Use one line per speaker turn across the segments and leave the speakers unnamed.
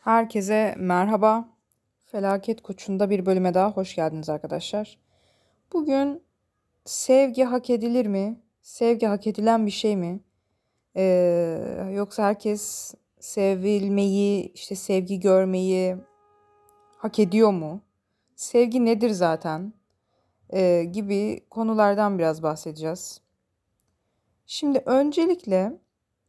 Herkese merhaba. Felaket Koçu'nda bir bölüme daha hoş geldiniz arkadaşlar. Bugün sevgi hak edilir mi? Sevgi hak edilen bir şey mi? Yoksa herkes sevilmeyi, işte sevgi görmeyi hak ediyor mu? Sevgi nedir zaten? Gibi konulardan biraz bahsedeceğiz. Şimdi öncelikle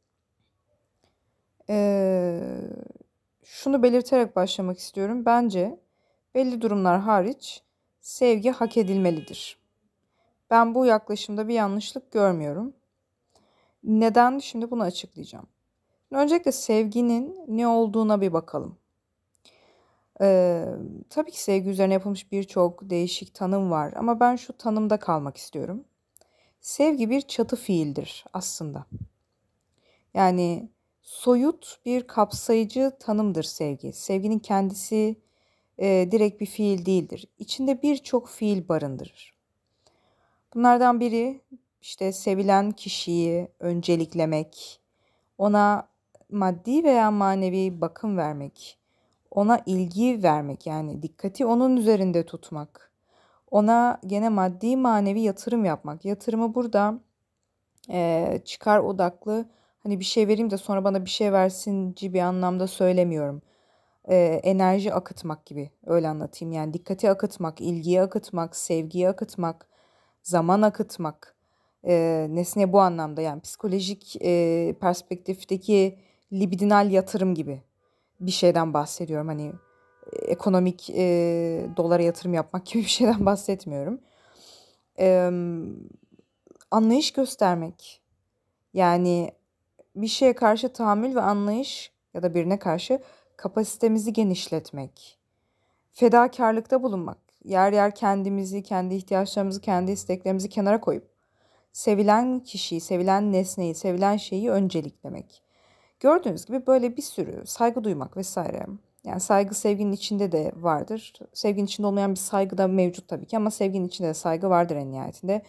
ee, şunu belirterek başlamak istiyorum. Bence belli durumlar hariç sevgi hak edilmelidir. Ben bu yaklaşımda bir yanlışlık görmüyorum. Neden? Şimdi bunu açıklayacağım. Öncelikle sevginin ne olduğuna bir bakalım. Ee, tabii ki sevgi üzerine yapılmış birçok değişik tanım var ama ben şu tanımda kalmak istiyorum. Sevgi bir çatı fiildir aslında. Yani soyut bir kapsayıcı tanımdır sevgi. Sevginin kendisi direkt bir fiil değildir. İçinde birçok fiil barındırır. Bunlardan biri işte sevilen kişiyi önceliklemek, ona maddi veya manevi bakım vermek, ona ilgi vermek yani dikkati onun üzerinde tutmak, ona gene maddi manevi yatırım yapmak. Yatırımı burada çıkar odaklı hani bir şey vereyim de sonra bana bir şey versinci bir anlamda söylemiyorum. Enerji akıtmak gibi öyle anlatayım. Yani dikkati akıtmak, ilgiyi akıtmak, sevgiyi akıtmak, zaman akıtmak. Nesne bu anlamda yani psikolojik perspektifteki libidinal yatırım gibi bir şeyden bahsediyorum. Hani ekonomik dolara yatırım yapmak gibi bir şeyden bahsetmiyorum. Eee, anlayış göstermek yani bir şeye karşı tahammül ve anlayış ya da birine karşı kapasitemizi genişletmek, fedakarlıkta bulunmak, yer yer kendimizi, kendi ihtiyaçlarımızı, kendi isteklerimizi kenara koyup sevilen kişiyi, sevilen nesneyi, sevilen şeyi önceliklemek. Gördüğünüz gibi böyle bir sürü saygı duymak vesaire. Yani saygı sevginin içinde de vardır. Sevginin içinde olmayan bir saygı da mevcut tabii ki ama sevginin içinde de saygı vardır en nihayetinde.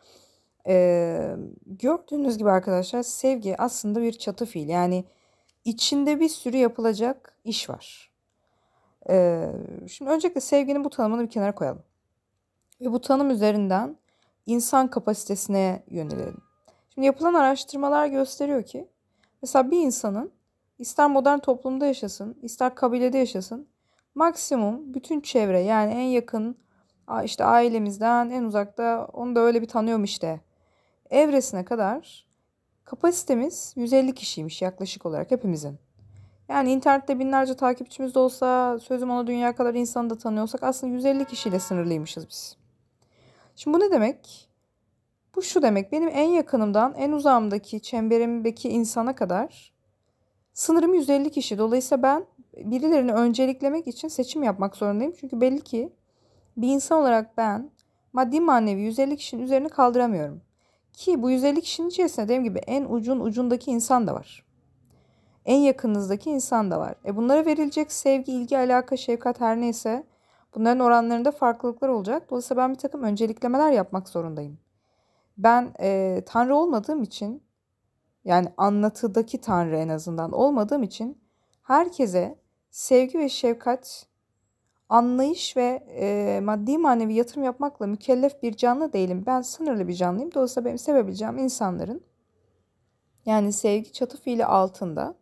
Gördüğünüz gibi arkadaşlar sevgi aslında bir çatı fiil. Yani içinde bir sürü yapılacak iş var. Ee, şimdi öncelikle sevginin bu tanımını bir kenara koyalım. Ve bu tanım üzerinden insan kapasitesine yönelelim. Şimdi yapılan araştırmalar gösteriyor ki mesela bir insanın ister modern toplumda yaşasın, ister kabilede yaşasın maksimum bütün çevre yani en yakın işte ailemizden en uzakta onu da öyle bir tanıyorum işte evresine kadar kapasitemiz 150 kişiymiş yaklaşık olarak hepimizin. Yani internette binlerce takipçimiz de olsa, sözüm ona dünya kadar insanı da tanıyorsak aslında 150 kişiyle sınırlıymışız biz. Şimdi bu ne demek? Bu şu demek, benim en yakınımdan en uzağımdaki çemberimdeki insana kadar sınırım 150 kişi. Dolayısıyla ben birilerini önceliklemek için seçim yapmak zorundayım. Çünkü belli ki bir insan olarak ben maddi manevi 150 kişinin üzerini kaldıramıyorum. Ki bu 150 kişinin içerisinde dediğim gibi en ucundaki insan da var. En yakınınızdaki insan da var. Bunlara verilecek sevgi, ilgi, alaka, şefkat her neyse bunların oranlarında farklılıklar olacak. Dolayısıyla ben bir takım önceliklemeler yapmak zorundayım. Ben Tanrı olmadığım için yani anlatıdaki Tanrı en azından olmadığım için herkese sevgi ve şefkat, anlayış ve maddi manevi yatırım yapmakla mükellef bir canlı değilim. Ben sınırlı bir canlıyım. Dolayısıyla benim sevebileceğim insanların yani sevgi çatı fiili altında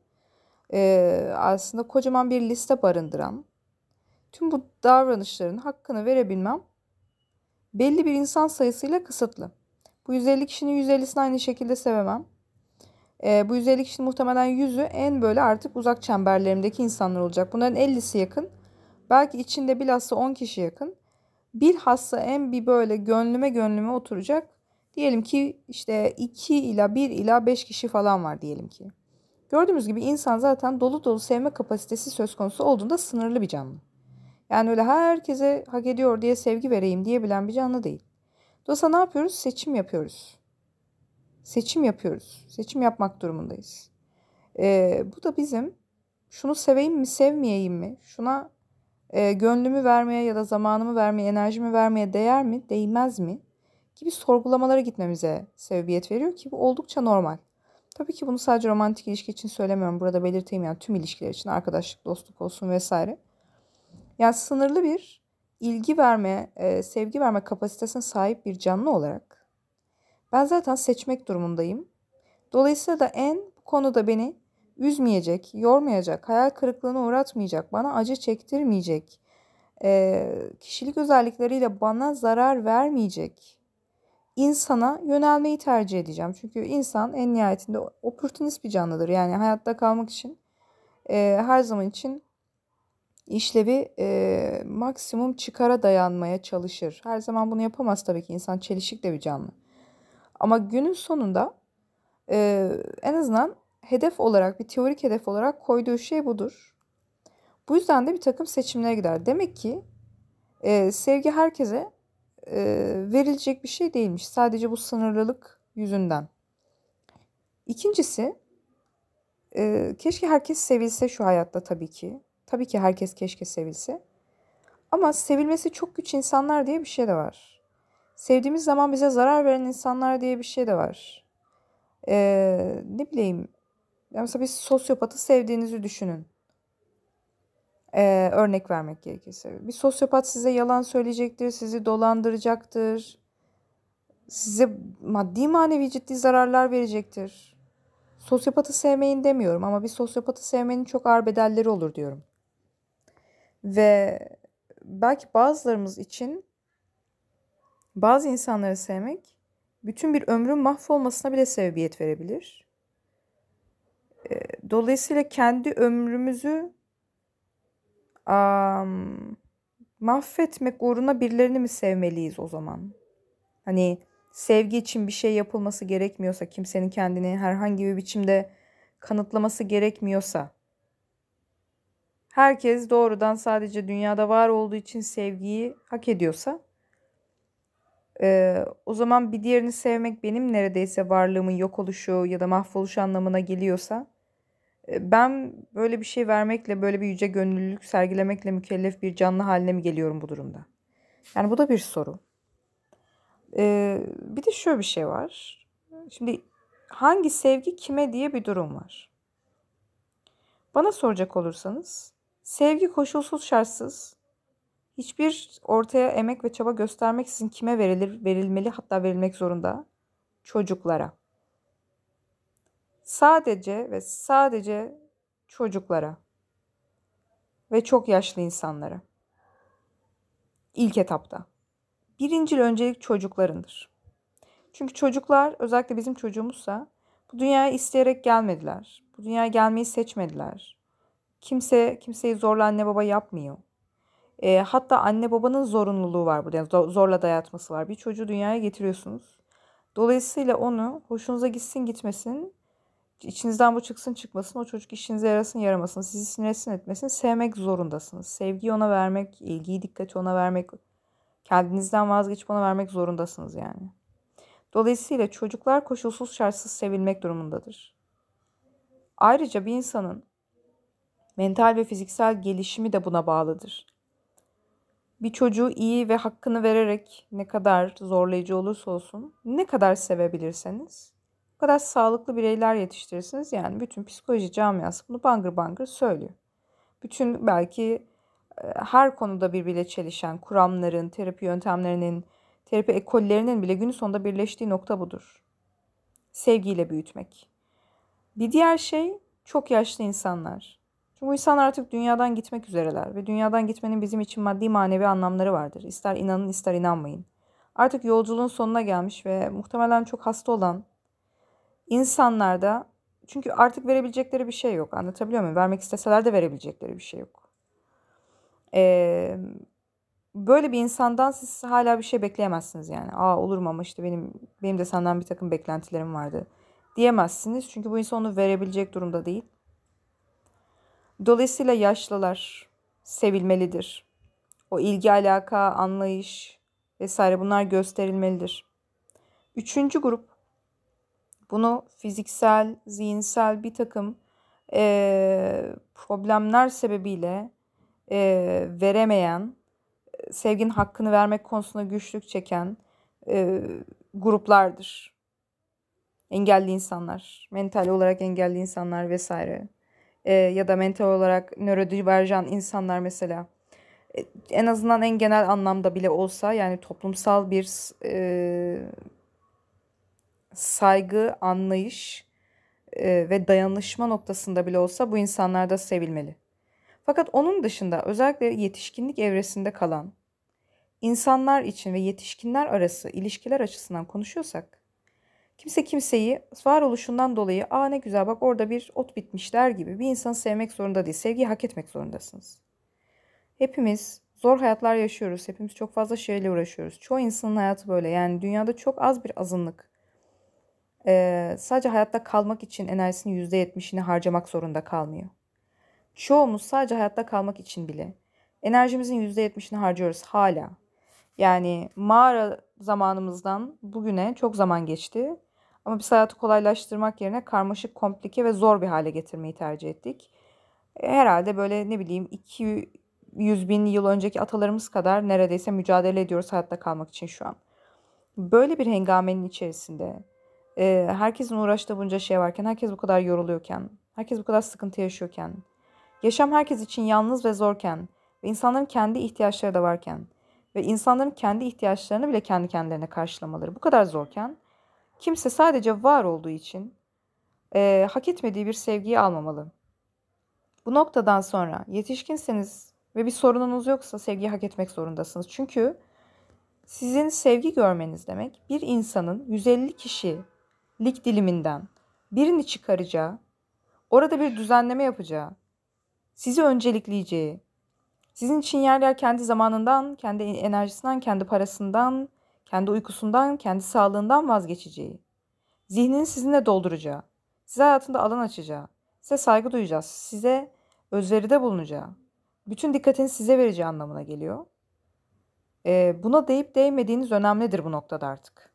aslında kocaman bir liste barındıran tüm bu davranışların hakkını verebilmem belli bir insan sayısıyla kısıtlı. Bu 150 kişinin 150'sini aynı şekilde sevemem. Bu 150 kişinin muhtemelen 100'ü en böyle artık uzak çemberlerimdeki insanlar olacak. Bunların 50'si yakın. Belki içinde bilhassa 10 kişi yakın. Bilhassa en bir böyle gönlüme oturacak. Diyelim ki işte 2 ila 1 ila 5 kişi falan var diyelim ki. Gördüğümüz gibi insan zaten dolu dolu sevme kapasitesi söz konusu olduğunda sınırlı bir canlı. Yani öyle herkese hak ediyor diye sevgi vereyim diyebilen bir canlı değil. Dolayısıyla ne yapıyoruz? Seçim yapıyoruz. Seçim yapıyoruz. Seçim yapmak durumundayız. Bu da bizim şunu seveyim mi sevmeyeyim mi? Şuna gönlümü vermeye ya da zamanımı vermeye, enerjimi vermeye değer mi, değmez mi? Gibi sorgulamalara gitmemize sebebiyet veriyor ki bu oldukça normal. Tabii ki bunu sadece romantik ilişki için söylemiyorum. Burada belirteyim, yani tüm ilişkiler için, arkadaşlık, dostluk olsun vesaire. Yani sınırlı bir ilgi verme, sevgi verme kapasitesine sahip bir canlı olarak ben zaten seçmek durumundayım. Dolayısıyla da bu konuda beni üzmeyecek, yormayacak, hayal kırıklığına uğratmayacak, bana acı çektirmeyecek, kişilik özellikleriyle bana zarar vermeyecek insana yönelmeyi tercih edeceğim. Çünkü insan en nihayetinde opportunist bir canlıdır. Yani hayatta kalmak için her zaman için işlevi maksimum çıkara dayanmaya çalışır. Her zaman bunu yapamaz tabii ki. İnsan çelişik de bir canlı. Ama günün sonunda en azından hedef olarak, bir teorik hedef olarak koyduğu şey budur. Bu yüzden de bir takım seçimlere gider. Demek ki sevgi herkese verilecek bir şey değilmiş. Sadece bu sınırlılık yüzünden. İkincisi, keşke herkes sevilse şu hayatta tabii ki. Tabii ki herkes keşke sevilse. Ama sevilmesi çok güç insanlar diye bir şey de var. Sevdiğimiz zaman bize zarar veren insanlar diye bir şey de var. Ne bileyim. Ya mesela bir sosyopatı sevdiğinizi düşünün. Örnek vermek gerekirse. Bir sosyopat size yalan söyleyecektir, sizi dolandıracaktır. Size maddi manevi ciddi zararlar verecektir. Sosyopatı sevmeyin demiyorum ama bir sosyopatı sevmenin çok ağır bedelleri olur diyorum. Ve belki bazılarımız için bazı insanları sevmek bütün bir ömrün mahvolmasına bile sebebiyet verebilir. Dolayısıyla kendi ömrümüzü mahvetmek uğruna birilerini mi sevmeliyiz o zaman? Hani sevgi için bir şey yapılması gerekmiyorsa, kimsenin kendini herhangi bir biçimde kanıtlaması gerekmiyorsa, herkes doğrudan sadece dünyada var olduğu için sevgiyi hak ediyorsa, o zaman bir diğerini sevmek benim neredeyse varlığımın yok oluşu ya da mahvoluşu anlamına geliyorsa, ben böyle bir şey vermekle, böyle bir yüce gönüllülük sergilemekle mükellef bir canlı haline mi geliyorum bu durumda? Yani bu da bir soru. Bir de şöyle bir şey var. Şimdi hangi sevgi kime diye bir durum var. Bana soracak olursanız, sevgi koşulsuz şartsız, hiçbir ortaya emek ve çaba göstermeksizin kime verilir, verilmeli, hatta verilmek zorunda? Çocuklara. Sadece ve sadece çocuklara ve çok yaşlı insanlara. İlk etapta. Birincil öncelik çocuklarındır. Çünkü çocuklar, özellikle bizim çocuğumuzsa, bu dünyaya isteyerek gelmediler. Bu dünyaya gelmeyi seçmediler. Kimse kimseyi zorla anne baba yapmıyor. Hatta anne babanın zorunluluğu var burada. Yani zorla dayatması var. Bir çocuğu dünyaya getiriyorsunuz. Dolayısıyla onu hoşunuza gitsin gitmesin, içinizden bu çıksın çıkmasın, o çocuk işinize yarasın yaramasın, sizi sinir etsin etmesin, sevmek zorundasınız. Sevgiyi ona vermek, ilgiyi, dikkati ona vermek, kendinizden vazgeçip ona vermek zorundasınız yani. Dolayısıyla çocuklar koşulsuz şartsız sevilmek durumundadır. Ayrıca bir insanın mental ve fiziksel gelişimi de buna bağlıdır. Bir çocuğu iyi ve hakkını vererek, ne kadar zorlayıcı olursa olsun, ne kadar sevebilirseniz o kadar sağlıklı bireyler yetiştirirsiniz. Yani bütün psikoloji camiası bunu bangır bangır söylüyor. Bütün belki her konuda birbiriyle çelişen kuramların, terapi yöntemlerinin, terapi ekollerinin bile günün sonunda birleştiği nokta budur. Sevgiyle büyütmek. Bir diğer şey çok yaşlı insanlar. Çünkü bu insanlar artık dünyadan gitmek üzereler ve dünyadan gitmenin bizim için maddi manevi anlamları vardır. İster inanın ister inanmayın. Artık yolculuğun sonuna gelmiş ve muhtemelen çok hasta olan insanlarda, çünkü artık verebilecekleri bir şey yok. Anlatabiliyor muyum? Vermek isteseler de verebilecekleri bir şey yok. Böyle bir insandan siz hala bir şey bekleyemezsiniz yani. Olur mu ama işte benim de senden bir takım beklentilerim vardı diyemezsiniz. Çünkü bu insan onu verebilecek durumda değil. Dolayısıyla yaşlılar sevilmelidir. O ilgi, alaka, anlayış vesaire bunlar gösterilmelidir. Üçüncü grup, bunu fiziksel, zihinsel bir takım problemler sebebiyle veremeyen, sevginin hakkını vermek konusunda güçlük çeken gruplardır. Engelli insanlar, mental olarak engelli insanlar vesaire. Ya da mental olarak nörodiverjan insanlar mesela. En azından en genel anlamda bile olsa yani toplumsal bir saygı, anlayış ve dayanışma noktasında bile olsa bu insanlar da sevilmeli. Fakat onun dışında özellikle yetişkinlik evresinde kalan insanlar için ve yetişkinler arası ilişkiler açısından konuşuyorsak, kimse kimseyi varoluşundan dolayı ne güzel bak orada bir ot bitmiş der gibi bir insanı sevmek zorunda değil. Sevgiyi hak etmek zorundasınız. Hepimiz zor hayatlar yaşıyoruz. Hepimiz çok fazla şeyle uğraşıyoruz. Çoğu insanın hayatı böyle. Yani dünyada çok az bir azınlık. Sadece hayatta kalmak için enerjisinin %70'ini harcamak zorunda kalmıyor. Çoğumuz sadece hayatta kalmak için bile enerjimizin %70'ini harcıyoruz hala. Yani mağara zamanımızdan bugüne çok zaman geçti. Ama biz hayatı kolaylaştırmak yerine karmaşık, komplike ve zor bir hale getirmeyi tercih ettik. Herhalde böyle ne bileyim 200 bin yıl önceki atalarımız kadar neredeyse mücadele ediyoruz hayatta kalmak için şu an. Böyle bir hengamenin içerisinde herkesin uğraştığı bunca şey varken, herkes bu kadar yoruluyorken, herkes bu kadar sıkıntı yaşıyorken, yaşam herkes için yalnız ve zorken ve insanların kendi ihtiyaçları da varken ve insanların kendi ihtiyaçlarını bile kendi kendilerine karşılamaları bu kadar zorken kimse sadece var olduğu için hak etmediği bir sevgiyi almamalı. Bu noktadan sonra yetişkinseniz ve bir sorununuz yoksa sevgiyi hak etmek zorundasınız. Çünkü sizin sevgi görmeniz demek bir insanın 150 kişilik diliminden birini çıkaracağı, orada bir düzenleme yapacağı, sizi öncelikleyeceği, sizin için yer yer kendi zamanından, kendi enerjisinden, kendi parasından, kendi uykusundan, kendi sağlığından vazgeçeceği, zihnini sizinle dolduracağı, size hayatında alan açacağı, size saygı duyacağı, size özveride bulunacağı, bütün dikkatini size vereceği anlamına geliyor. Buna değip değmediğiniz önemlidir bu noktada artık.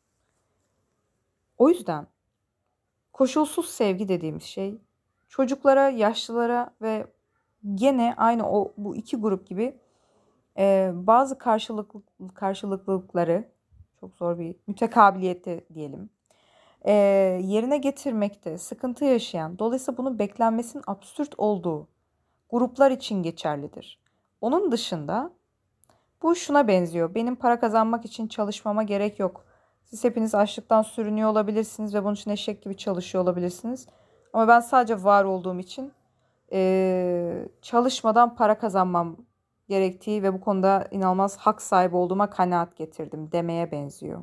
O yüzden koşulsuz sevgi dediğimiz şey çocuklara, yaşlılara ve gene aynı bu iki grup gibi bazı karşılıklılıkları çok zor bir mütekabiliyeti diyelim yerine getirmekte sıkıntı yaşayan, dolayısıyla bunun beklenmesinin absürt olduğu gruplar için geçerlidir. Onun dışında bu şuna benziyor. Benim para kazanmak için çalışmama gerek yok. Siz hepiniz açlıktan sürünüyor olabilirsiniz ve bunun için eşek gibi çalışıyor olabilirsiniz. Ama ben sadece var olduğum için çalışmadan para kazanmam gerektiği ve bu konuda inanılmaz hak sahibi olduğuma kanaat getirdim demeye benziyor.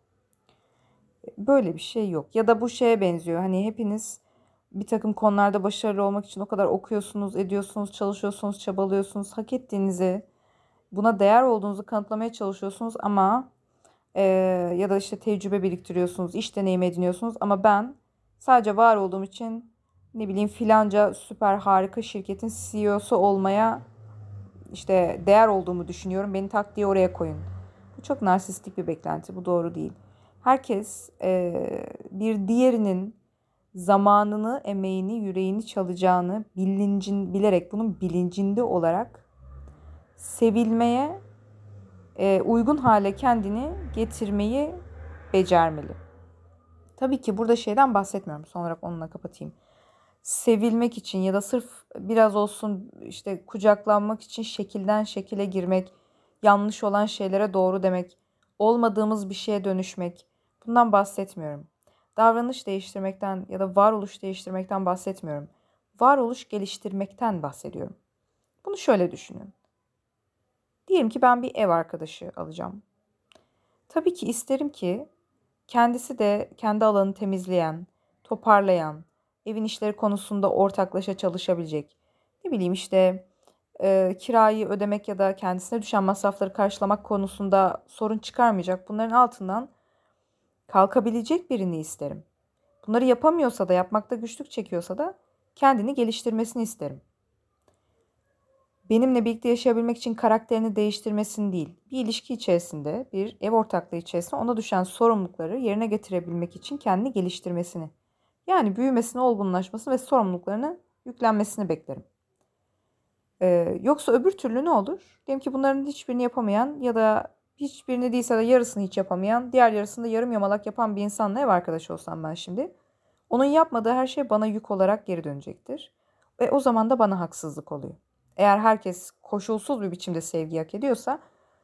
Böyle bir şey yok. Ya da bu şeye benziyor. Hani hepiniz bir takım konularda başarılı olmak için o kadar okuyorsunuz, ediyorsunuz, çalışıyorsunuz, çabalıyorsunuz, hak ettiğinizi, buna değer olduğunuzu kanıtlamaya çalışıyorsunuz ama ya da işte tecrübe biriktiriyorsunuz, iş deneyimi ediniyorsunuz ama ben sadece var olduğum için ne bileyim filanca süper harika şirketin CEO'su olmaya işte değer olduğumu düşünüyorum. Beni tak diye oraya koyun. Bu çok narsistik bir beklenti. Bu doğru değil. Herkes bir diğerinin zamanını, emeğini, yüreğini çalacağını bilerek bunun bilincinde olarak sevilmeye uygun hale kendini getirmeyi becermeli. Tabii ki burada şeyden bahsetmiyorum. Son olarak onunla kapatayım. Sevilmek için ya da sırf biraz olsun işte kucaklanmak için şekilden şekile girmek, yanlış olan şeylere doğru demek, olmadığımız bir şeye dönüşmek. Bundan bahsetmiyorum. Davranış değiştirmekten ya da varoluş değiştirmekten bahsetmiyorum. Varoluş geliştirmekten bahsediyorum. Bunu şöyle düşünün. Diyelim ki ben bir ev arkadaşı alacağım. Tabii ki isterim ki kendisi de kendi alanını temizleyen, toparlayan, evin işleri konusunda ortaklaşa çalışabilecek. Ne bileyim işte kirayı ödemek ya da kendisine düşen masrafları karşılamak konusunda sorun çıkarmayacak. Bunların altından kalkabilecek birini isterim. Bunları yapamıyorsa da yapmakta güçlük çekiyorsa da kendini geliştirmesini isterim. Benimle birlikte yaşayabilmek için karakterini değiştirmesini değil, bir ilişki içerisinde, bir ev ortaklığı içerisinde ona düşen sorumlulukları yerine getirebilmek için kendini geliştirmesini, yani büyümesini, olgunlaşmasını ve sorumluluklarını yüklenmesini beklerim. Yoksa öbür türlü ne olur? Diyelim ki bunların hiçbirini yapamayan ya da hiçbirini değilse de yarısını hiç yapamayan, diğer yarısını da yarım yamalak yapan bir insanla ev arkadaşı olsam ben şimdi, onun yapmadığı her şey bana yük olarak geri dönecektir. Ve o zaman da bana haksızlık oluyor. Eğer herkes koşulsuz bir biçimde sevgi hak ediyorsa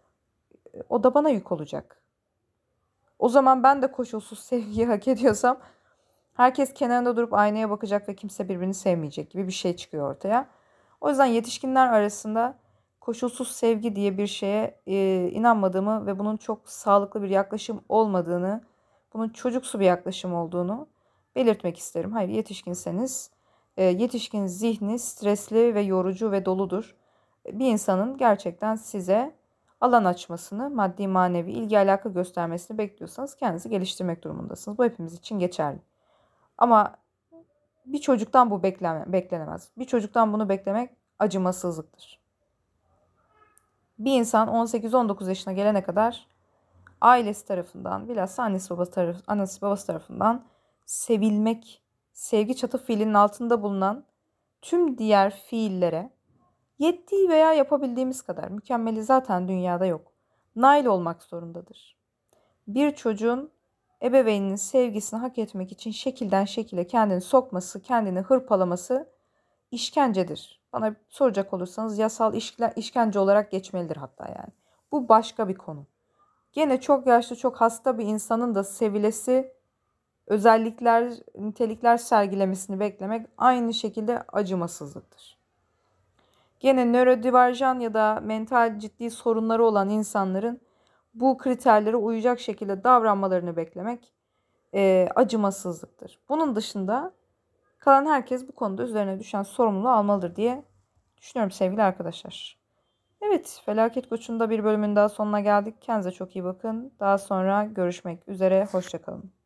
o da bana yük olacak. O zaman ben de koşulsuz sevgiyi hak ediyorsam herkes kenarında durup aynaya bakacak ve kimse birbirini sevmeyecek gibi bir şey çıkıyor ortaya. O yüzden yetişkinler arasında koşulsuz sevgi diye bir şeye inanmadığımı ve bunun çok sağlıklı bir yaklaşım olmadığını, bunun çocuksu bir yaklaşım olduğunu belirtmek isterim. Hayır, yetişkinseniz yetişkin zihni stresli ve yorucu ve doludur. Bir insanın gerçekten size alan açmasını, maddi manevi ilgi alaka göstermesini bekliyorsanız kendinizi geliştirmek durumundasınız. Bu hepimiz için geçerli. Ama bir çocuktan bu beklenemez. Bir çocuktan bunu beklemek acımasızlıktır. Bir insan 18-19 yaşına gelene kadar ailesi tarafından, bilhassa annesi babası tarafından sevilmek, sevgi çatı fiilinin altında bulunan tüm diğer fiillere yettiği veya yapabildiğimiz kadar, mükemmeli zaten dünyada yok, nail olmak zorundadır. Bir çocuğun ebeveyninin sevgisini hak etmek için şekilden şekile kendini sokması, kendini hırpalaması işkencedir. Bana soracak olursanız yasal işkence olarak geçmelidir hatta yani. Bu başka bir konu. Gene çok yaşlı, çok hasta bir insanın da sevilesi, özellikler, nitelikler sergilemesini beklemek aynı şekilde acımasızlıktır. Gene nörodiverjan ya da mental ciddi sorunları olan insanların bu kriterlere uyacak şekilde davranmalarını beklemek acımasızlıktır. Bunun dışında kalan herkes bu konuda üzerine düşen sorumluluğu almalıdır diye düşünüyorum sevgili arkadaşlar. Evet, Felaket Koç'un da bir bölümün daha sonuna geldik. Kendinize çok iyi bakın. Daha sonra görüşmek üzere. Hoşça kalın.